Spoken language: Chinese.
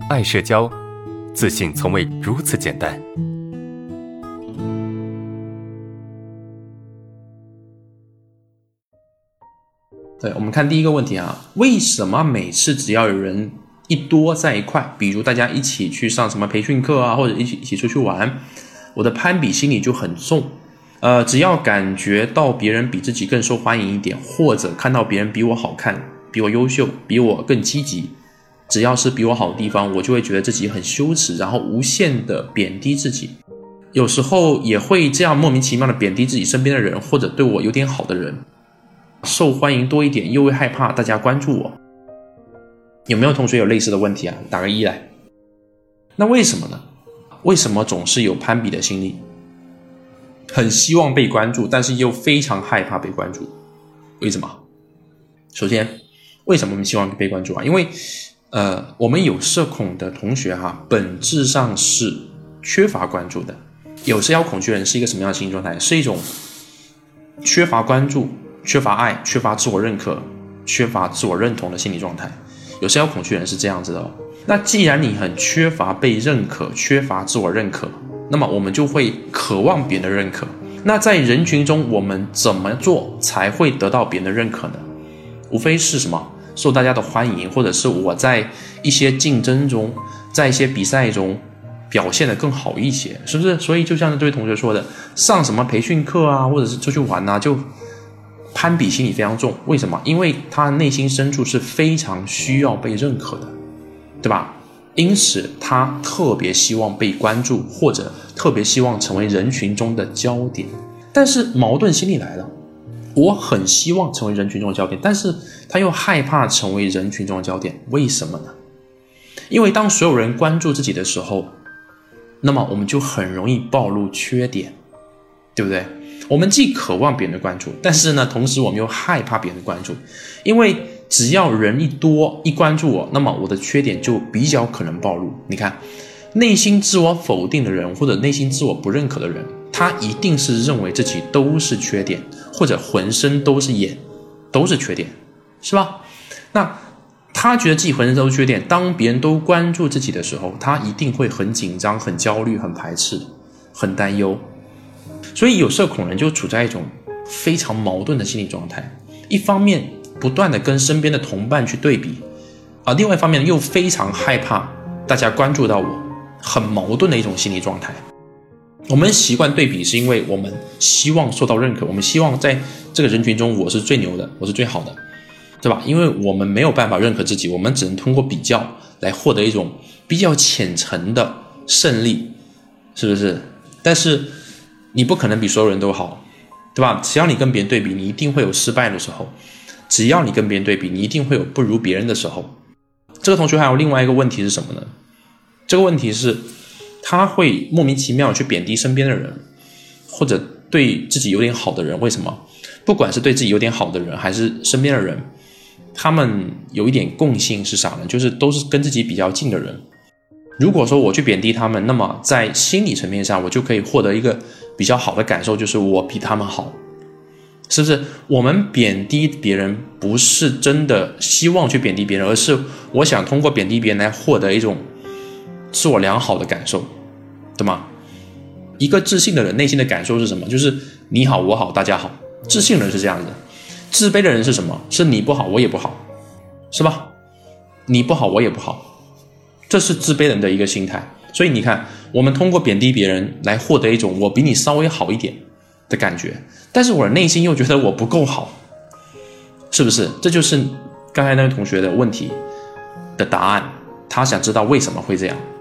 爱社交，自信从未如此简单。 对，我们看第一个问题啊，为什么每次只要有人一多在一块，比如大家一起去上什么培训课啊，或者一起出去玩，我的攀比心理就很重。只要感觉到别人比自己更受欢迎一点，或者看到别人比我好看，比我优秀，比我更积极，只要是比我好的地方，我就会觉得自己很羞耻，然后无限的贬低自己。有时候也会这样莫名其妙的贬低自己身边的人，或者对我有点好的人。受欢迎多一点，又会害怕大家关注我。有没有同学有类似的问题啊？打个1来。那为什么呢？为什么总是有攀比的心理？很希望被关注，但是又非常害怕被关注。为什么？首先，为什么我们希望被关注啊？因为我们有社恐的同学本质上是缺乏关注的。有社交恐惧人是一个什么样的心理状态？是一种缺乏关注、缺乏爱、缺乏自我认可、缺乏自我认同的心理状态。有社交恐惧人是这样子的哦。那既然你很缺乏被认可、缺乏自我认可，那么我们就会渴望别人的认可。那在人群中，我们怎么做才会得到别人的认可呢？无非是什么？受大家的欢迎，或者是我在一些竞争中，在一些比赛中表现得更好一些，是不是？所以就像这位同学说的，上什么培训课啊，或者是出去玩啊，就攀比心理非常重。为什么？因为他内心深处是非常需要被认可的，对吧？因此他特别希望被关注，或者特别希望成为人群中的焦点。但是矛盾心理来了，我很希望成为人群中的焦点，但是他又害怕成为人群中的焦点。为什么呢？因为当所有人关注自己的时候，那么我们就很容易暴露缺点，对不对？我们既渴望别人的关注，但是呢，同时我们又害怕别人的关注。因为只要人一多一关注我，那么我的缺点就比较可能暴露。你看，内心自我否定的人，或者内心自我不认可的人，他一定是认为自己都是缺点，或者浑身都是眼，都是缺点，是吧？那他觉得自己浑身都是缺点，当别人都关注自己的时候，他一定会很紧张、很焦虑、很排斥、很担忧。所以有社恐人就处在一种非常矛盾的心理状态，一方面不断的跟身边的同伴去对比，另外一方面又非常害怕大家关注到我，很矛盾的一种心理状态。我们习惯对比是因为我们希望受到认可，我们希望在这个人群中我是最牛的，我是最好的，对吧？因为我们没有办法认可自己，我们只能通过比较来获得一种比较浅层的胜利，是不是？但是你不可能比所有人都好，对吧？只要你跟别人对比，你一定会有失败的时候，只要你跟别人对比，你一定会有不如别人的时候。这个同学还有另外一个问题是什么呢？这个问题是他会莫名其妙去贬低身边的人，或者对自己有点好的人。为什么？不管是对自己有点好的人还是身边的人，他们有一点共性是啥呢？就是都是跟自己比较近的人。如果说我去贬低他们，那么在心理层面上我就可以获得一个比较好的感受，就是我比他们好，是不是？我们贬低别人不是真的希望去贬低别人，而是我想通过贬低别人来获得一种自我良好的感受，对吗？一个自信的人内心的感受是什么？就是你好我好大家好。自信的人是这样的。自卑的人是什么？是你不好我也不好，是吧？你不好我也不好，这是自卑人的一个心态。所以你看，我们通过贬低别人来获得一种我比你稍微好一点的感觉，但是我的内心又觉得我不够好，是不是？这就是刚才那位同学的问题的答案，他想知道为什么会这样。